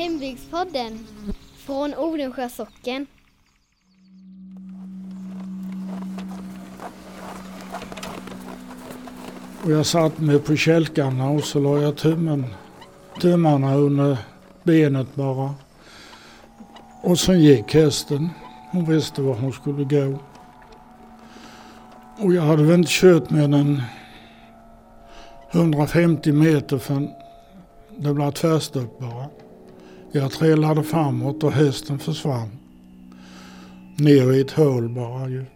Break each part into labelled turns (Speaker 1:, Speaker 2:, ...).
Speaker 1: Hembygdspodden från Odensjö socken.
Speaker 2: Och jag satt mig på kälkarna och så la jag tummarna under benet bara. Och sen gick hästen. Hon visste var hon skulle gå. Och jag hade väl inte kört med en 150 meter förrän det blev tvärstopp bara. Jag trillade framåt och hästen försvann. Ner i ett hål bara ju.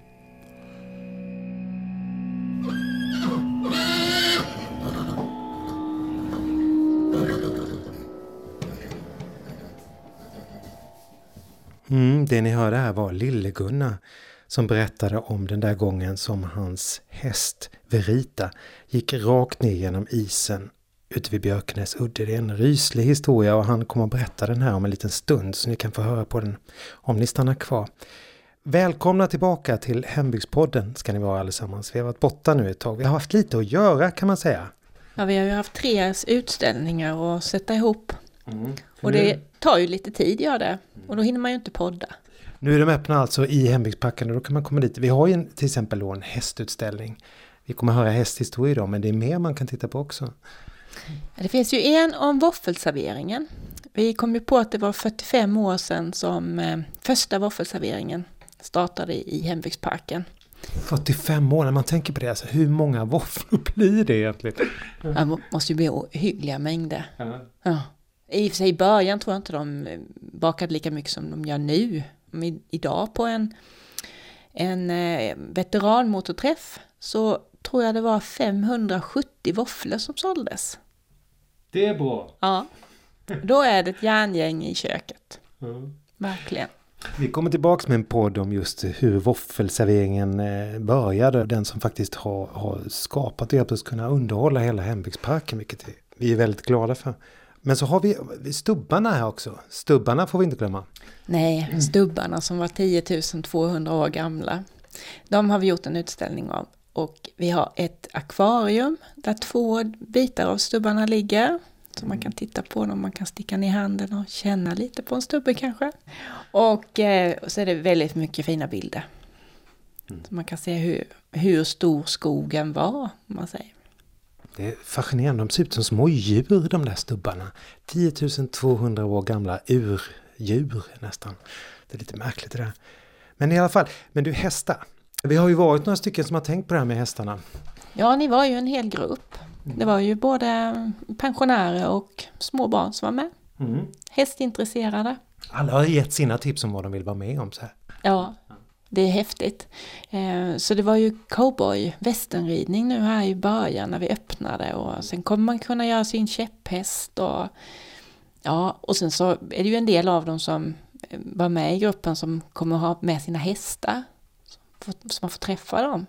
Speaker 3: Det ni hörde här var Lille-Gunnar som berättade om den där gången som hans häst Verita gick rakt ner genom isen ute vid Björknäs udde. Det är en ryslig historia och han kommer att berätta den här om en liten stund så ni kan få höra på den om ni stannar kvar. Välkomna tillbaka till Hembygdspodden ska ni vara allesammans. Vi har varit borta nu ett tag. Vi har haft lite att göra kan man säga.
Speaker 4: Ja, vi har ju haft 3 utställningar att sätta ihop. Och det tar ju lite tid gör det. Och då hinner man ju inte podda.
Speaker 3: Nu är de öppna alltså i Hembygdsparken och då kan man komma dit. Vi har ju till exempel en hästutställning. Vi kommer höra hästhistorier idag men det är mer man kan titta på också.
Speaker 4: Det finns ju en om våffelserveringen. Vi kom ju på att det var 45 år sedan som första våffelserveringen startade i Hembygdsparken. 45
Speaker 3: år när man tänker på det. Alltså, hur många våfflor blir det egentligen?
Speaker 4: Det måste ju bli ohyggliga mängder. Ja. I och för sig i början tror jag inte de bakade lika mycket som de gör nu. Idag på en veteranmotorträff så tror jag det var 570 våfflor som såldes.
Speaker 3: Det är bra.
Speaker 4: Ja, då är det ett järngäng i köket. Verkligen.
Speaker 3: Vi kommer tillbaka med en podd om just hur våffelserveringen började. Den som faktiskt har skapat det att kunna underhålla hela Hembygdsparken, vilket vi är väldigt glada för. Men så har vi stubbarna här också. Stubbarna får vi inte glömma.
Speaker 4: Nej, stubbarna som var 10 200 år gamla. De har vi gjort en utställning av. Och vi har ett akvarium där 2 bitar av stubbarna ligger. Så man kan titta på dem, man kan sticka ner handen och känna lite på en stubbe kanske. Och så är det väldigt mycket fina bilder. Så man kan se hur stor skogen var, om man säger.
Speaker 3: Det är fascinerande, de ser ut som små djur de där stubbarna. 10 200 år gamla urdjur nästan. Det är lite märkligt det där. Men i alla fall, men du hästar. Vi har ju varit några stycken som har tänkt på det här med hästarna.
Speaker 4: Ja, ni var ju en hel grupp. Det var ju både pensionärer och små barn som var med. Hästintresserade.
Speaker 3: Alla har gett sina tips om vad de vill vara med om så här.
Speaker 4: Ja, det är häftigt. Så det var ju cowboy-västernridning nu här i början när vi öppnade. Och sen kommer man kunna göra sin käpphäst. Och sen så är det ju en del av dem som var med i gruppen som kommer ha med sina hästar. Så man får träffa dem.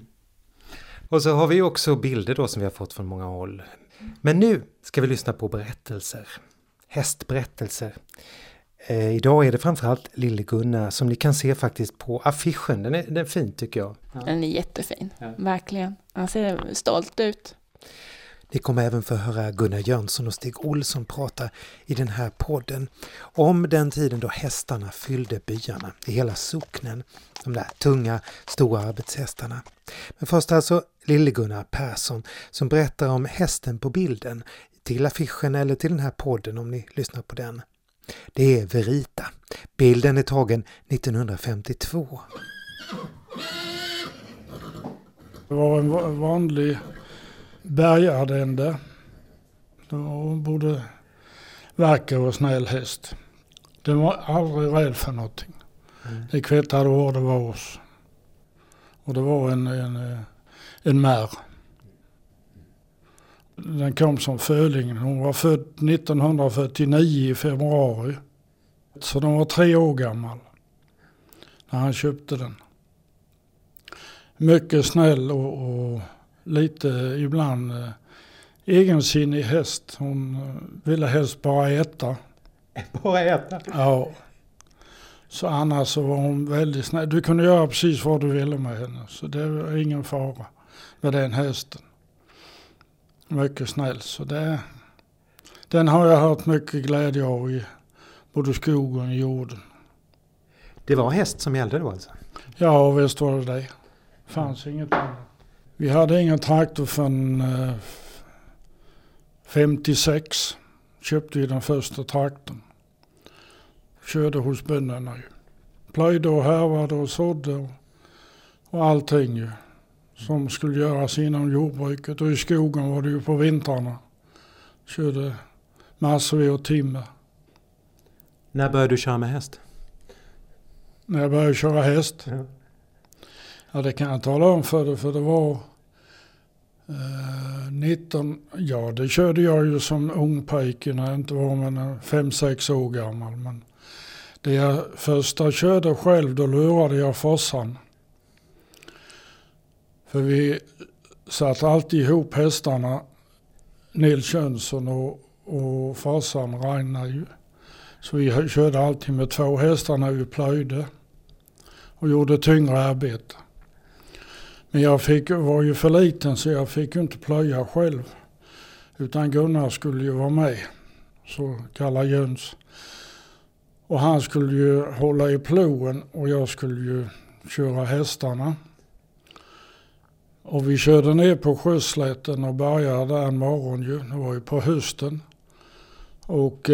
Speaker 3: Och så har vi också bilder då som vi har fått från många håll. Men nu ska vi lyssna på berättelser. Hästberättelser. Idag är det framförallt Lille-Gunnar som ni kan se faktiskt på affischen. Den är fin tycker jag.
Speaker 4: Ja. Den är jättefin, verkligen. Han ser stolt ut.
Speaker 3: Ni kommer även få höra Gunnar Jönsson och Stig Olsson prata i den här podden om den tiden då hästarna fyllde byarna i hela socknen. De där tunga, stora arbetshästarna. Men först alltså Lille-Gunnar Persson som berättar om hästen på bilden till affischen eller till den här podden om ni lyssnar på den. Det är Verita. Bilden är tagen 1952.
Speaker 2: Det var en vanlig bergarände. Det var både vacker och snäll häst. Den var aldrig rädd för någonting. Det kvittade var det var oss. Och det var en mär. Den kom som föling. Hon var född 1949 i februari. Så den var 3 år gammal när han köpte den. Mycket snäll och lite ibland egensinnig häst. Hon ville helst bara äta.
Speaker 3: Bara äta?
Speaker 2: Ja. Så annars så var hon väldigt snäll. Du kunde göra precis vad du ville med henne. Så det var ingen fara med den hästen. Mycket snäll. Så den har jag hört mycket glädje av både skogen och jorden.
Speaker 3: Det var häst som gällde då alltså?
Speaker 2: Ja, visst var det det. Fanns inget annat. Vi hade ingen traktor förrän 56. Köpte vi den första traktorn. Körde hos bönderna ju. Plöjde och härvade och sådde och allting ju. Som skulle göras inom jordbruket. Och i skogen var det ju på vintrarna. Körde massor av timmer.
Speaker 3: När började du köra med häst?
Speaker 2: När jag började köra häst? Ja, det kan jag tala om för det. För det var 19... Ja, det körde jag ju som ung pojke när jag inte var men 5-6 år gammal. Men det jag första körde själv, då lurade jag farsan. För vi satt alltid ihop hästarna, Nils Jönsson och farsan Ragnar ju. Så vi körde alltid med 2 hästar när vi plöjde och gjorde tyngre arbete. Men jag var ju för liten så jag fick ju inte plöja själv. Utan Gunnar skulle ju vara med, så kallad Jöns. Och han skulle ju hålla i plogen och jag skulle ju köra hästarna. Och vi körde ner på Sjöslätten och började där en morgon ju. Det var ju på hösten. Och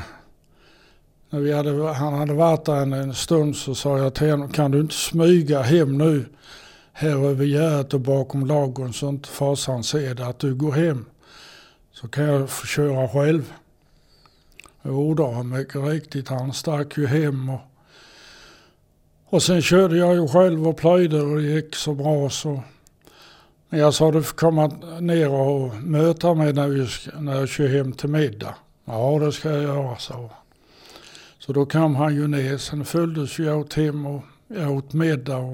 Speaker 2: när han hade varit där en stund så sa jag till honom, kan du inte smyga hem nu här över gärdet och bakom ladugården så inte farsan ser det att du går hem. Så kan jag få köra själv. Jo då, mycket riktigt. Han stack ju hem och sen körde jag ju själv och plöjde och det gick så bra så. Men jag sa du får komma ner och möta mig när jag kör hem till middag. Ja, det ska jag göra, så. Så då kom han ju ner. Sen följdes jag åt hem och jag åt middag.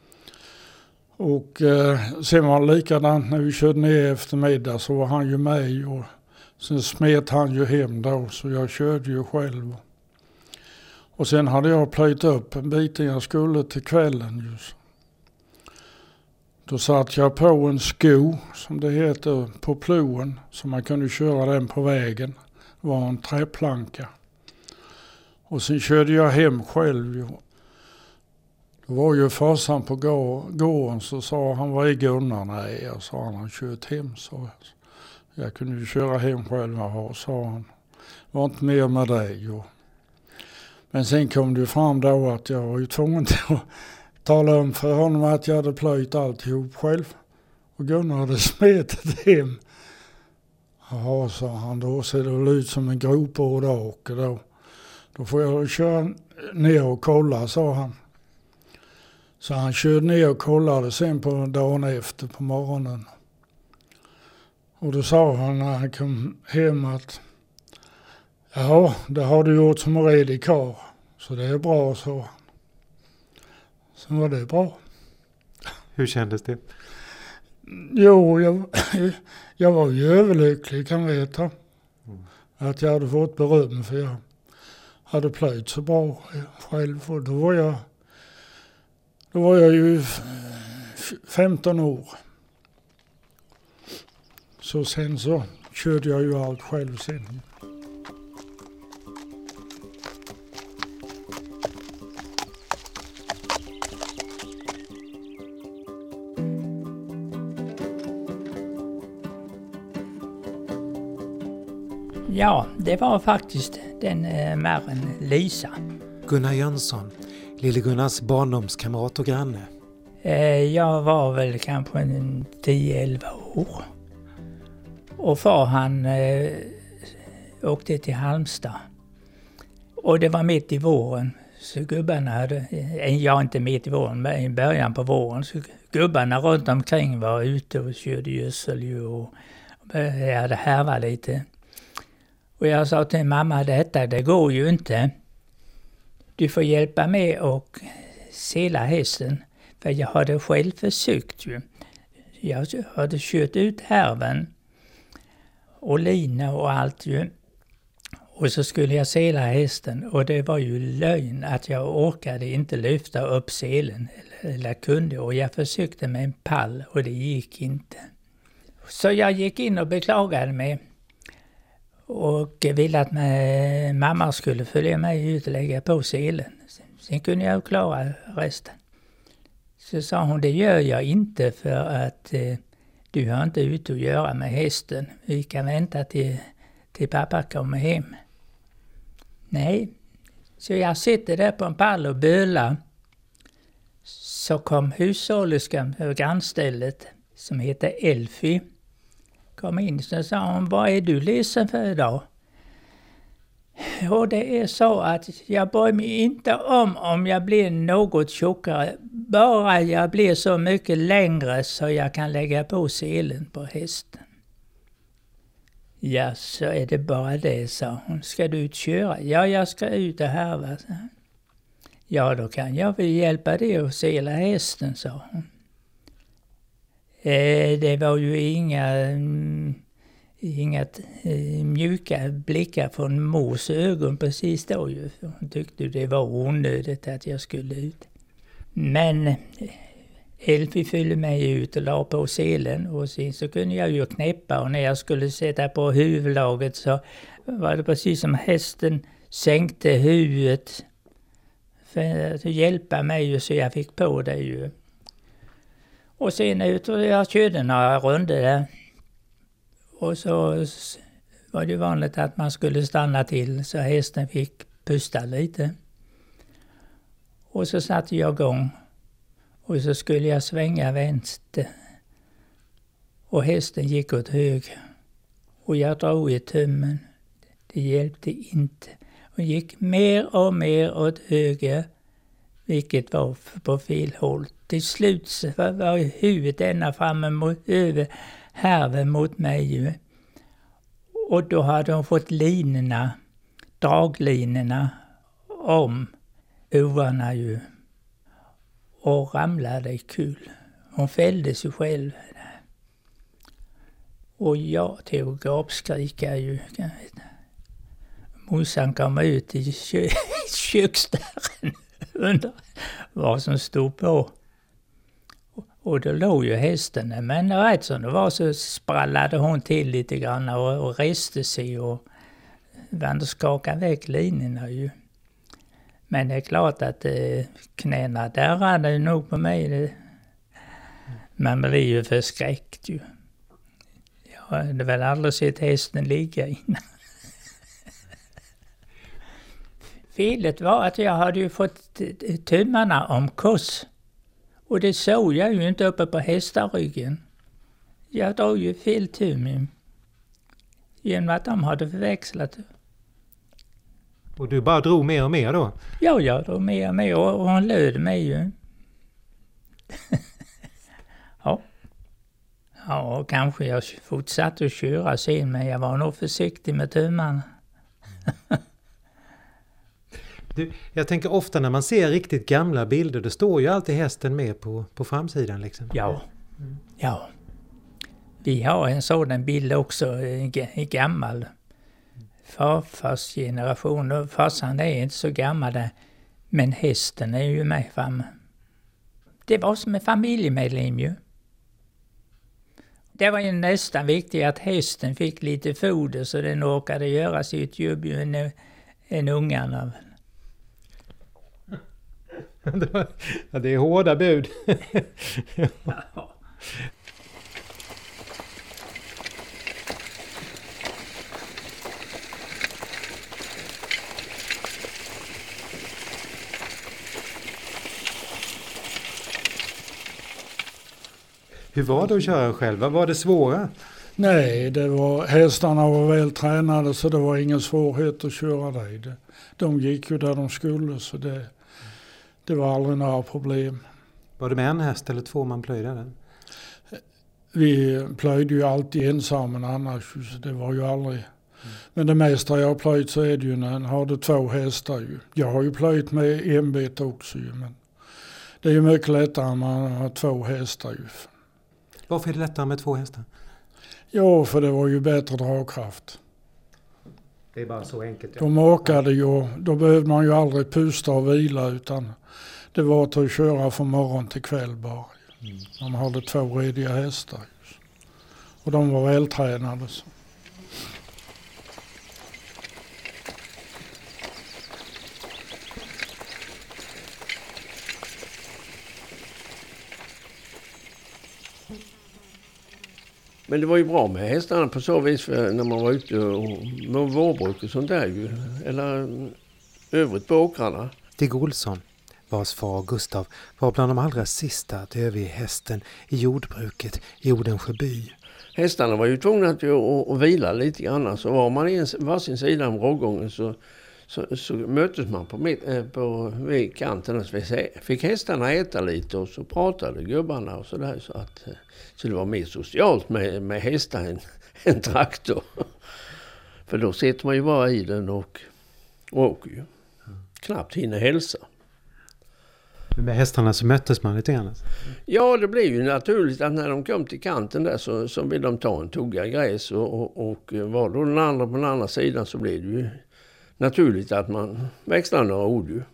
Speaker 2: Och sen var det likadant när vi körde ner efter middag så var han ju med. Och sen smet han ju hem då så jag körde ju själv. Och sen hade jag plöjt upp en bit jag skulle till kvällen just. Då satt jag på en sko som det heter på plogen så man kunde köra den på vägen. Det var en träplanka. Och sen körde jag hem själv. Då var ju farsan på gården så sa han, var är Gunnar? Nej, jag sa han kört hem. Så jag kunde ju köra hem själv, sa han. Var inte mer med dig. Men sen kom det fram då att jag var ju tvungen att tala om för honom att jag hade plöjt alltihop själv. Och Gunnar hade smetat hem. Ja, sa han, då ser det väl ut som en gropårak då. Då får jag köra ner och kolla, sa han. Så han körde ner och kollade sen på dagen efter på morgonen. Och då sa han när han kom hem att ja, det har du gjort som redig karl. Så det är bra, sa han. Sen var det bra.
Speaker 3: Hur kändes det?
Speaker 2: Jo, jag var ju överlycklig kan jag veta. Att jag hade fått beröm för jag hade plöjt så bra själv. Och då var jag ju 15 år. Så sen så körde jag ju allt själv sen.
Speaker 5: Ja, det var faktiskt den märren Lisa.
Speaker 3: Gunnar Jönsson, lille Gunnars barndomskamrat och granne.
Speaker 5: Jag var väl kanske 10-11 år. Och far han åkte till Halmstad. Och det var mitt i våren. Så gubbarna hade, inte mitt i våren, men i början på våren. Så gubbarna runt omkring var ute och körde gödsel och började härva lite. Och jag sa till mamma, det går ju inte. Du får hjälpa med och sela hästen. För jag hade själv försökt ju. Jag hade kört ut härven och lina och allt ju. Och så skulle jag sela hästen. Och det var ju lögn att jag orkade inte lyfta upp selen. Eller kunde. Och jag försökte med en pall och det gick inte. Så jag gick in och beklagade mig. och ville att mamma skulle följa med ut och lägga på selen. Sen kunde jag klara resten. Så sa hon, det gör jag inte för att du har inte ute att göra med hästen. Vi kan vänta till pappa kommer hem. Nej, så jag sitter där på en pall och bölar. Så kom hushållerskan på grannstället som heter Elfie. Kom in och sa hon, vad är du ledsen för idag? Och det är så att jag bryr mig inte om jag blir något tjockare. Bara jag blir så mycket längre så jag kan lägga på selen på hästen. Ja, så är det bara det, sa hon. Ska du ut köra? Ja, jag ska ut och härva. Ja, då kan jag väl hjälpa dig att sela hästen, sa hon. Det var ju inga mjuka blickar från mors ögon precis då ju. Hon tyckte det var onödigt att jag skulle ut. Men Elfie följde mig ut och la på selen och sen så kunde jag ju knäppa och när jag skulle sätta på huvudlaget så var det precis som hästen sänkte huvudet för att hjälpa mig så jag fick på det ju. Och sen ut och jag körde några runder där. Och så var det vanligt att man skulle stanna till så hästen fick pusta lite. Och så satte jag igång. Och så skulle jag svänga vänster. Och hästen gick åt höger. Och jag drog i tummen. Det hjälpte inte. Och gick mer och mer åt höger. Vilket var på fel håll. Till slut så var huvudet ända framme mot över härven mot mig. Och då hade hon fått draglinorna om hovarna ju. Och ramlade kul. Hon fällde sig själv. Och jag tog gapskrika ju. Morsan kom ut i köksdörren. Undrar vad som stod på. Och då låg ju hästen. Men rätt som det var så sprallade hon till lite grann och reste sig och skakade väck linorna ju. Men det är klart att knäna där hade nog på mig. Man blir ju förskräckt ju. Jag hade väl aldrig sett hästen ligga innan. Felet var att jag hade ju fått tummarna om kors. Och det såg jag ju inte uppe på hästarryggen. Jag drog ju fel tum genom att de hade förväxlat.
Speaker 3: Och du bara drog mer och mer då?
Speaker 5: Ja, jag drog mer och mer och hon löd mig ju. Ja, och kanske jag fortsatte att köra sen, men jag var nog försiktig med tummarna.
Speaker 3: Jag tänker ofta när man ser riktigt gamla bilder, det står ju alltid hästen med på framsidan liksom.
Speaker 5: Ja. Vi har en sådan bild också, gammal. Farfars generation, och farsan är inte så gammal där, men hästen är ju med framme. Det var som en familjemedlem ju. Det var ju nästan viktigt att hästen fick lite foder så den orkade göra sitt jobb ju än ungarna.
Speaker 3: Ja, det är hårda bud.
Speaker 5: Ja.
Speaker 3: Hur var det att köra själv? Var det svåra?
Speaker 2: Nej, hästarna var väl tränade så det var ingen svårighet att köra dig. De gick ju där de skulle så det var aldrig några problem.
Speaker 3: Var det med en häst eller två man plöjde den?
Speaker 2: Vi plöjde ju alltid ensamma annars så det var ju aldrig. Men det mesta jag har plöjt så är det ju när man hade två hästar ju. Jag har ju plöjt med enbete också ju, men det är ju mycket lättare när man har två hästar ju.
Speaker 3: Varför är det lättare med två hästar?
Speaker 2: Ja, för det var ju bättre dragkraft.
Speaker 3: Det är bara så enkelt. Ja.
Speaker 2: De åkade ju, då behövde man ju aldrig pusta och vila utan det var till att köra från morgon till kväll bara. De hade två rediga hästar. Och de var vältränade. Så.
Speaker 6: Men det var ju bra med hästarna på så vis för när man var ute med vårbruk och sånt där ju. Eller övrigt på åkrarna.
Speaker 3: Stig Olsson, vars far Gustav var bland de allra sista att överge hästen i jordbruket i Odensjöby.
Speaker 6: Hästarna var ju tvungna att vila lite grann. Så var man i varsin sida om rågången så möttes man vid kanten och fick hästarna äta lite och så pratade gubbarna och sådär. Så det var mer socialt med hästar än traktor. För då sitter man ju bara i den och åker ju. Knappt hinner hälsa.
Speaker 3: Med hästarna så möttes man lite grann?
Speaker 6: Ja, det blev ju naturligt att när de kom till kanten där så ville de ta en tugga gräs och var då den andra på den andra sidan så blev det ju naturligt att man växlar några ord ju.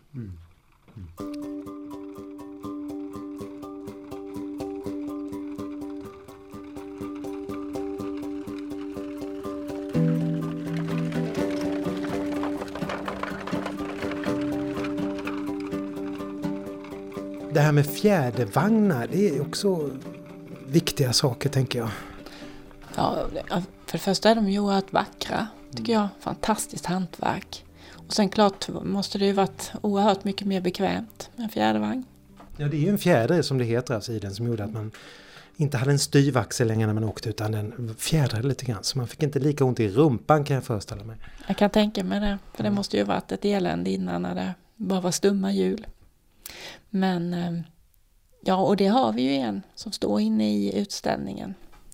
Speaker 3: Det här med fjädervagnar, det är också viktiga saker tänker jag.
Speaker 4: Ja, för det första är de ju oerhört vackra, tycker jag. Fantastiskt hantverk. Och sen klart måste det ju varit oerhört mycket mer bekvämt med en fjädervagn.
Speaker 3: Ja, det är ju en fjäder som det heter alltså i den som gjorde att man inte hade en styv axel längre när man åkte utan den fjädrade lite grann. Så man fick inte lika ont i rumpan kan jag föreställa mig.
Speaker 4: Jag kan tänka mig det, för det måste ju varit ett elände innan när det bara var stumma hjul. Men ja, och det har vi ju en som står inne i utställningen.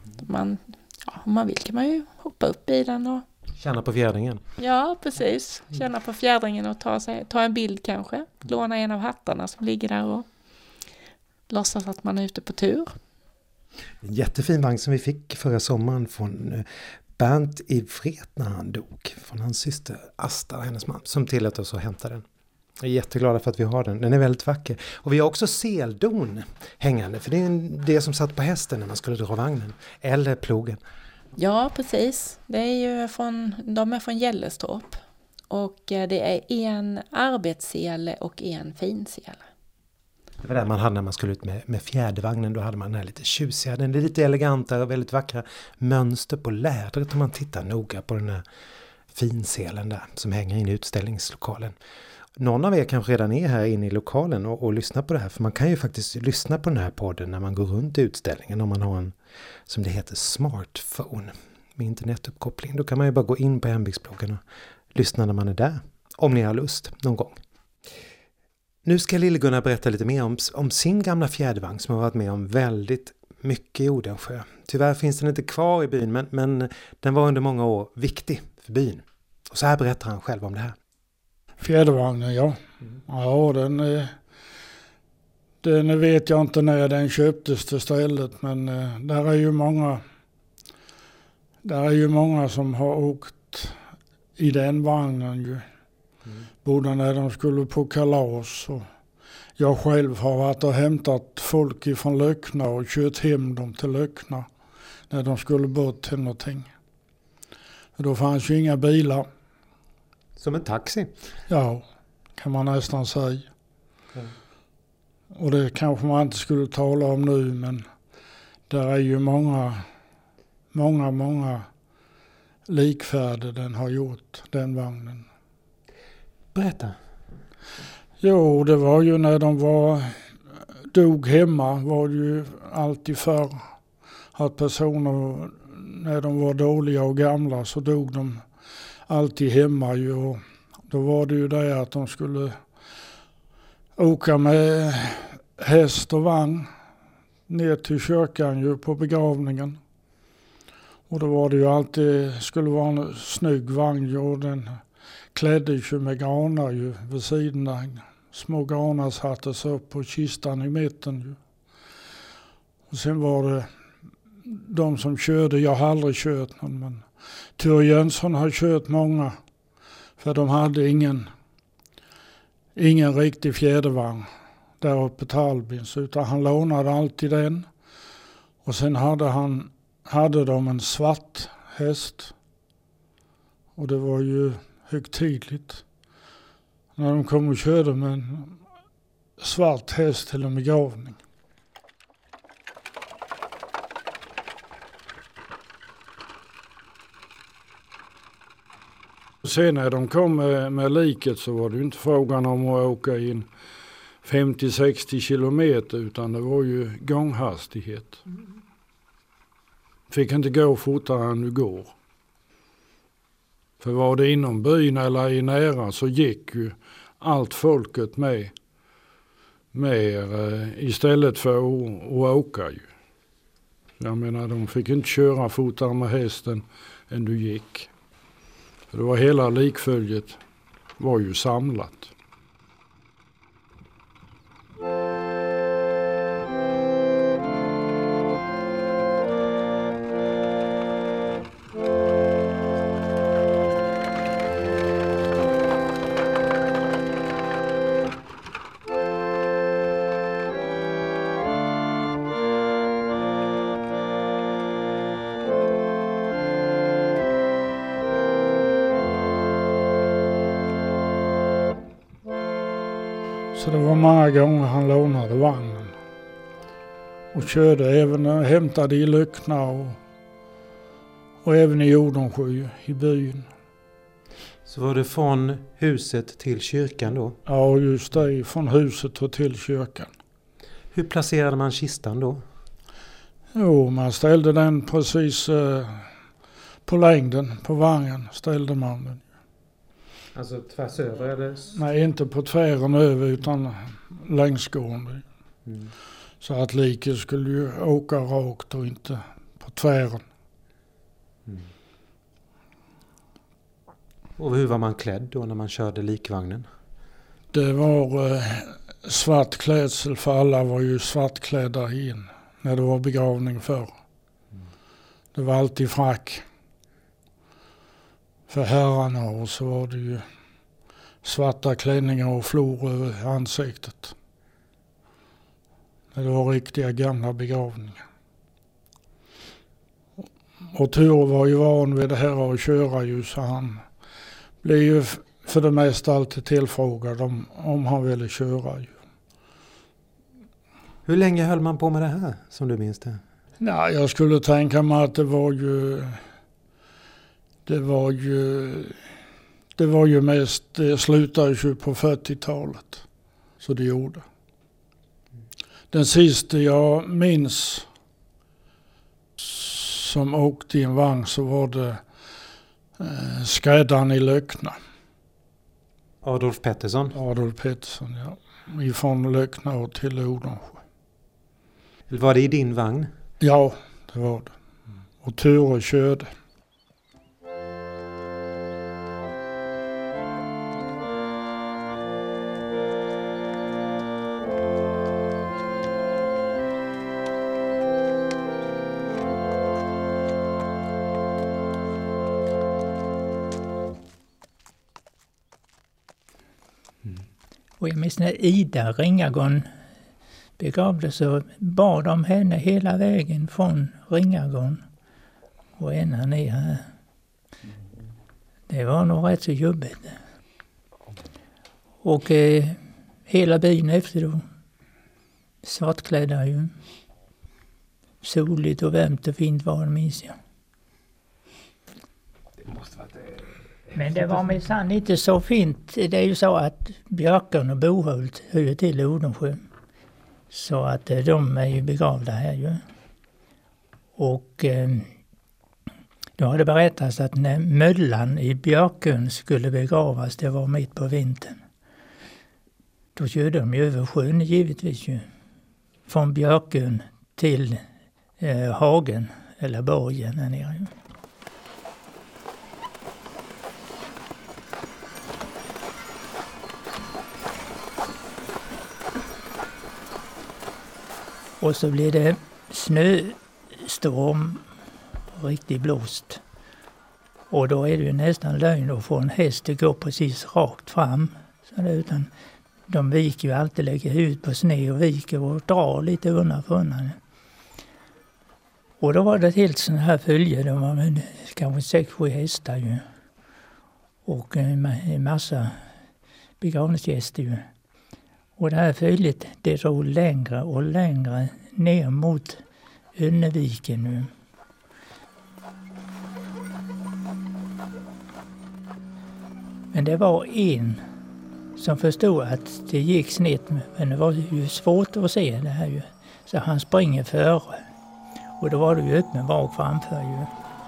Speaker 4: Om man vill kan man ju hoppa upp i den och
Speaker 3: känna på fjädringen.
Speaker 4: Ja, precis. Känna på fjädringen och ta en bild kanske. Låna en av hattarna som ligger där och låtsas att man är ute på tur.
Speaker 3: En jättefin vagn som vi fick förra sommaren från Bernt i Vret när han dog. Från hans syster Asta, hennes man, som tillät oss att hämta den. Jag är jätteglada för att vi har den. Den är väldigt vacker. Och vi har också seldon hängande. För det är det som satt på hästen när man skulle dra vagnen. Eller plogen.
Speaker 4: Ja, precis. De är från Gällestorp. Och det är en arbetssele och en finsele.
Speaker 3: Det var det man hade när man skulle ut med fjädervagnen. Då hade man den här lite tjusiga, den är lite elegantare och väldigt vackra mönster på lädret. Om man tittar noga på den här finselen där som hänger in i utställningslokalen. Någon av er kanske redan är här inne i lokalen och lyssnar på det här. För man kan ju faktiskt lyssna på den här podden när man går runt i utställningen. Om man har en, som det heter, smartphone med internetuppkoppling. Då kan man ju bara gå in på hembygdsbloggen och lyssna när man är där. Om ni har lust någon gång. Nu ska Lill-Gunnar berätta lite mer om sin gamla fjädervagn som har varit med om väldigt mycket i Odensjö. Tyvärr finns den inte kvar i byn men den var under många år viktig för byn. Och så här berättar han själv om det här.
Speaker 2: Fjädervagnen, ja. Ja, den vet jag inte när den köptes till stället, men där är ju många som har åkt i den vagnen ju. Både när de skulle på kalas och jag själv har varit och hämtat folk ifrån Löckna och kört hem dem till Löckna när de skulle bort till någonting. Då fanns ju inga bilar.
Speaker 3: Som en taxi?
Speaker 2: Ja, kan man nästan säga. Och det kanske man inte skulle tala om nu, men där är ju många likfärder den har gjort, den vagnen.
Speaker 3: Berätta.
Speaker 2: Jo, det var ju när de dog hemma var det ju alltid förr att personer när de var dåliga och gamla så dog de alltid hemma ju. Och då var det ju det att de skulle åka med häst och vagn ner till kyrkan ju på begravningen. Och då var det ju alltid, skulle vara en snygg vagn ju, och den kläddes ju med granar ju vid sidorna. Små granar sattes upp på kistan i mitten ju. Och sen var det de som körde, jag har aldrig kört någon, men Ture Jönsson har kört många. För de hade ingen riktig fjädervagn där uppe på Albins, utan han lånade alltid den. Och sen hade de en svart häst. Och det var ju högtidligt när de kom och körde med en svart häst till en begravning. Sen när de kom med liket så var det ju inte frågan om att åka in 50-60 kilometer utan det var ju gånghastighet. Fick inte gå fortare än du går. För var det inom byn eller i nära så gick ju allt folket med istället för att åka ju. Jag menar de fick inte köra fortare med hästen än du gick. För det var hela likföljet var ju samlat. Så det var många gånger han lånade vagnen och körde även hämtade i Löckna och även i Odensjö i byn.
Speaker 3: Så var det från huset till kyrkan då?
Speaker 2: Ja, just det, från huset och till kyrkan.
Speaker 3: Hur placerade man kistan då? Jo,
Speaker 2: man ställde den precis på längden, på vagnen ställde man den.
Speaker 3: Alltså tvärs över eller?
Speaker 2: Nej, inte på tvären över utan längsgående. Mm. Så att liket skulle ju åka rakt och inte på tvären.
Speaker 3: Mm. Och hur var man klädd då när man körde likvagnen?
Speaker 2: Det var svart klädsel för alla var ju svartklädda in när det var begravning förr. Mm. Det var alltid frack. För herrarna och så var det ju svarta klänningar och flor över ansiktet. Det var riktiga gamla begravningar. Och Ture var ju van vid det här att köra ju så han blev ju för det mesta alltid tillfrågad om han ville köra ju.
Speaker 3: Hur länge höll man på med det här som du minns det?
Speaker 2: Nej, jag skulle tänka mig att det var ju mest, det slutade ju på 40-talet. Så det gjorde. Den sista jag minns som åkte i en vagn så var det skräddaren i Löckna.
Speaker 3: Adolf Pettersson?
Speaker 2: Adolf Pettersson, ja. Ifrån Löckna och till Odensjö.
Speaker 3: Var det i din vagn?
Speaker 2: Ja, det var det. Och Ture körde.
Speaker 5: Och jag minns när Ida Ringagon begravdes så bad de henne hela vägen från Ringagon och ända ner här. Det var nog rätt så jobbigt. Och hela byn efter då. Svartklädda ju. Soligt och varmt och fint var det, minns jag. Men det var minsann inte så fint. Det är ju så att Björkön och Bohult hör till Odensjö. Så att de är ju begravda här ju. Och då har det berättats att när Möllan i Björkön skulle begravas, det var mitt på vintern. Då körde de ju över sjön givetvis ju. Från Björkön till Hagen eller Borgen här nere ju. Och så blir det snöstorm, riktigt blåst. Och då är det ju nästan lögn att få en häst att gå precis rakt fram. Så det, utan de viker ju alltid, lägger huvudet på snö och viker och drar lite undan för undan. Och då var det ett helt sån här följe, det var kanske 6-7 hästar ju. Och en massa begravningsgäster ju. Och det här följet, det drog längre och längre ner mot Önneviken nu. Men det var en som förstod att det gick snett, men det var ju svårt att se det här ju. Så han springer före. Och då var det ju öppen bak framför ju.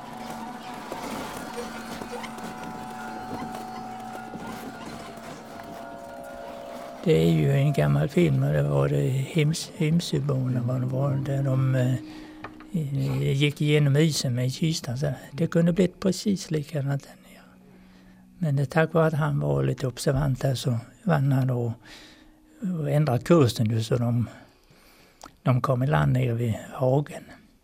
Speaker 5: Det är ju en gammal film, och det var det Hemsöborna vad det var, där de gick igenom isen med kistan. Så det kunde blivit precis likadant där nere. Men tack vare att han var lite observant där så vann han och ändrade kursen ju, så de kom i land nere vid hagen.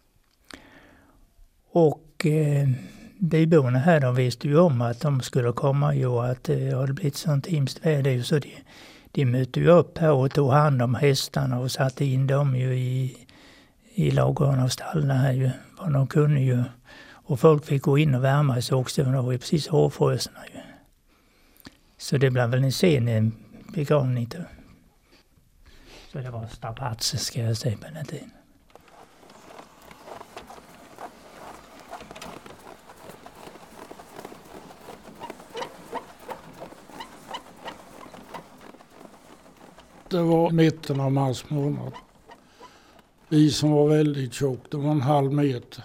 Speaker 5: Och byborna här, de visste ju om att de skulle komma ju, och att det hade blivit sånt hemskt väder, så de mötte ju upp här och tog hand om hästarna och satte in dem ju i lagren av stallarna här ju, vad de kunde ju. Och folk fick gå in och värma sig också, för de var ju precis hårfrösna ju. Så det blev väl en sen begravning då. Så det var strapatser, ska jag säga, på den tiden.
Speaker 2: Det var mitten av mars månad. Isen var väldigt tjock, det var 1,5 meter.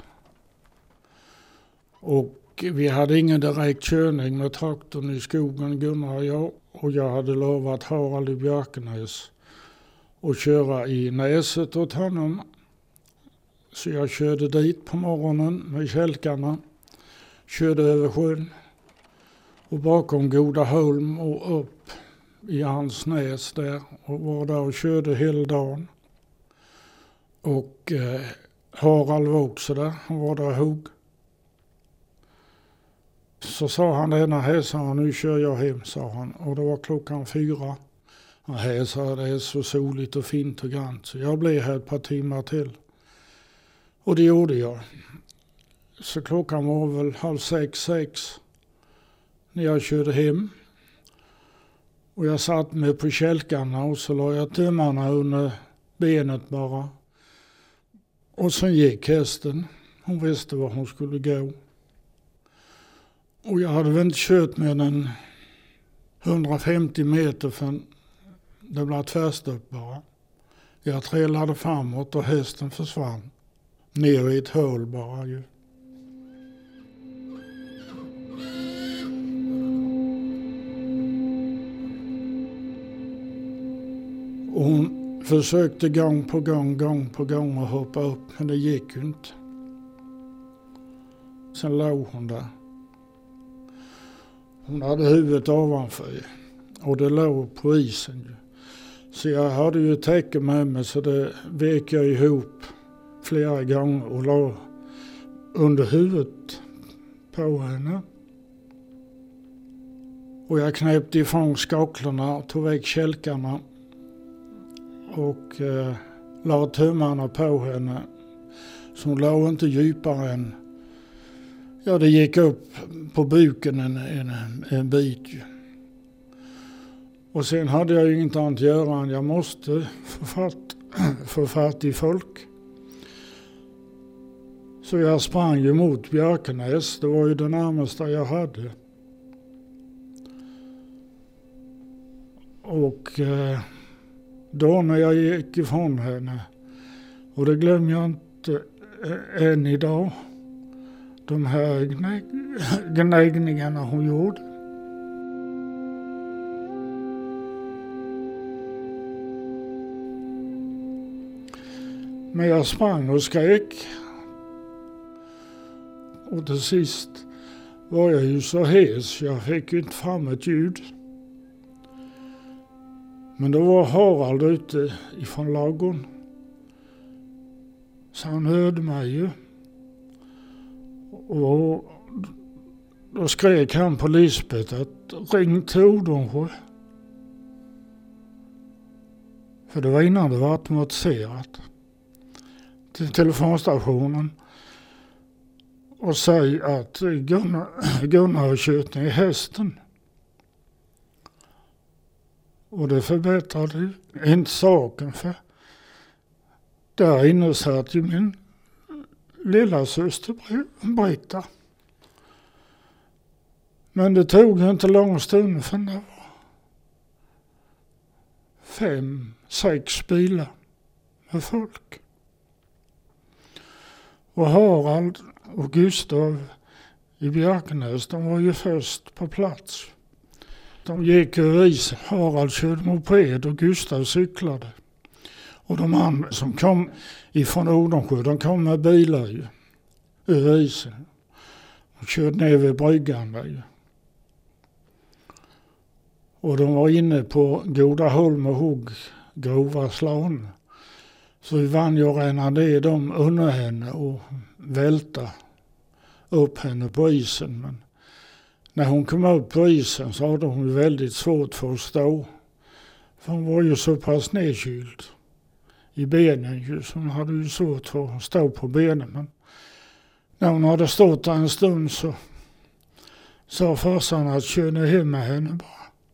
Speaker 2: Och vi hade ingen direkt körning med traktorn i skogen, Gunnar och jag. Och jag hade lovat Harald i Björkenäs att köra i näset åt honom. Så jag körde dit på morgonen med kälkarna. Körde över sjön. Och bakom Godaholm och upp i hans näs där. Och var där och körde hela dagen. Och Harald var också där. Han var där och hugg. Så sa han denna här, sa han, nu kör jag hem, sa han. Och det var 4:00. Och här sa det är så soligt och fint och grant. Så jag blev här ett par timmar till. Och det gjorde jag. Så klockan var väl 5:30, när jag körde hem. Och jag satt mig på kälkarna och så la jag tömmarna under benet bara. Och sen gick hästen. Hon visste var hon skulle gå. Och jag hade väl inte kört med en 150 meter för det blev tvärstopp bara. Jag trillade framåt och hästen försvann. Ner i ett hål bara ju. Och hon försökte gång på gång att hoppa upp, men det gick ju inte. Sen låg hon där. Hon hade huvudet ovanför och det låg på isen. Så jag hade ju täcke med mig, så det vek jag ihop flera gånger och la under huvudet på henne. Och jag knäppte ifrån skaklorna och tog väck kälkarna och la tummarna på henne. Så hon låg inte djupare än, ja, det gick upp på buken en bit. Och sen hade jag ju inte annat att göra än jag måste få fatt i folk. Så jag sprang ju mot Björkenäs, det var ju det närmaste jag hade. Och då när jag gick ifrån henne, och det glömmer jag inte än idag, de här gnäggningarna hon gjorde. Men jag sprang och skrek. Och till sist var jag ju så hes, jag fick ju inte fram ett ljud. Men då var Harald ute ifrån ladugården. Så han hörde mig ju. Och då skrek han på Lisbeth att ring till Odensjö. För det var innan det var automatiserat. Till telefonstationen. Och säg att Gunnar har kört ner hästen. Och det förbättrade ju inte saken, för där inne satt ju min lilla syster Britta. Men det tog ju inte lång stund för det var 5-6 bilar med folk. Och Harald och Gustav i Björkenäs, de var ju först på plats. De gick över isen. Harald körde moped och Gustav cyklade. Och de andra som kom ifrån Odensjö, de kom med bilar ju, över isen. De körde ner vid bryggan där ju. Och de var inne på Godaholm och hugg grova slan. Så vi vann ju ränna ner dem under henne och välta upp henne på isen. Men när hon kom upp på isen så hade hon väldigt svårt för att stå. För hon var ju så pass nedkyld i benen ju, så hon hade ju svårt för att stå på benen. Men när hon hade stått där en stund så sa farsan att kör ner hem med henne bara.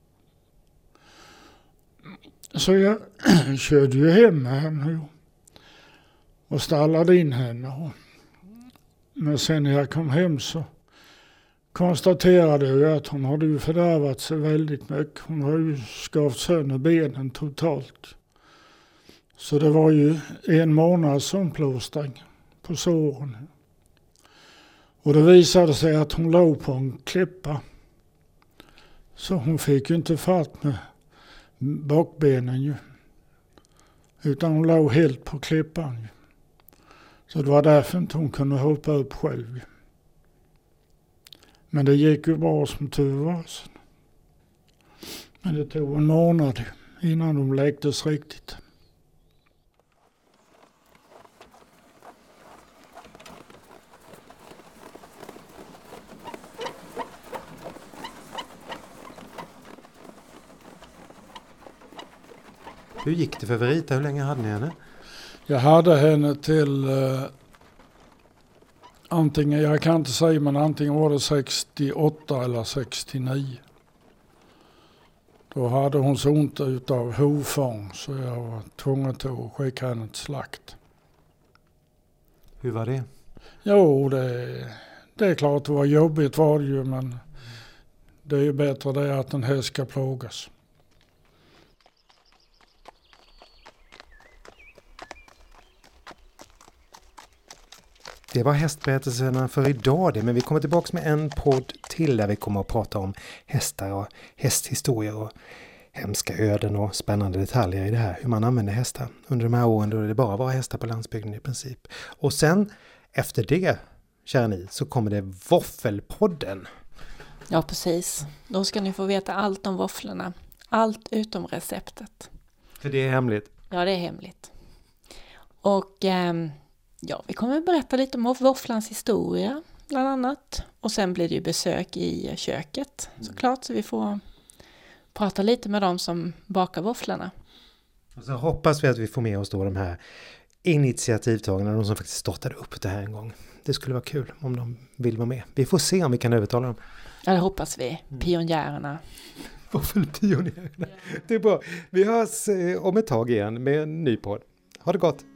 Speaker 2: Så jag körde ju hem med henne och stallade in henne. Men sen när jag kom hem så konstaterade jag att hon hade ju fördärvat sig väldigt mycket. Hon har ju skavt sönder benen totalt. Så det var ju 1 månads omplåstring på såren. Och det visade sig att hon låg på en klippa. Så hon fick ju inte fatt med bakbenen ju. Utan hon låg helt på klippan ju. Så det var därför inte hon kunde hoppa upp själv ju. Men det gick ju bra som tur var. Men det tog 1 månad innan de läktes riktigt.
Speaker 3: Hur gick det för Verita? Hur länge hade ni henne?
Speaker 2: Jag hade henne till antingen, jag kan inte säga, men antingen var det 68 eller 69. Då hade hon så ont utav hovfång så jag var tvungen att skicka henne till slakt.
Speaker 3: Hur var det?
Speaker 2: Jo, det är klart det var jobbigt var det ju, men det är ju bättre det att en häst ska plågas.
Speaker 3: Det var hästberättelserna för idag det, men vi kommer tillbaka med en podd till där vi kommer att prata om hästar och hästhistorier och hemska öden och spännande detaljer i det här. Hur man använder hästar under de här åren då det bara var hästar på landsbygden i princip. Och sen efter det, kära ni, så kommer det Våffelpodden.
Speaker 4: Ja, precis. Då ska ni få veta allt om våfflorna. Allt utom receptet.
Speaker 3: För det är hemligt.
Speaker 4: Ja, det är hemligt. Och ja, vi kommer att berätta lite om våfflans historia bland annat. Och sen blir det ju besök i köket såklart. Så vi får prata lite med dem som bakar våfflorna.
Speaker 3: Och så hoppas vi att vi får med oss då de här initiativtagarna, de som faktiskt startade upp det här en gång. Det skulle vara kul om de vill vara med. Vi får se om vi kan övertala dem.
Speaker 4: Ja, det hoppas vi. Pionjärerna.
Speaker 3: Våffelpionjärerna. Det är bra. Vi hörs om ett tag igen med en ny podd. Ha det gott!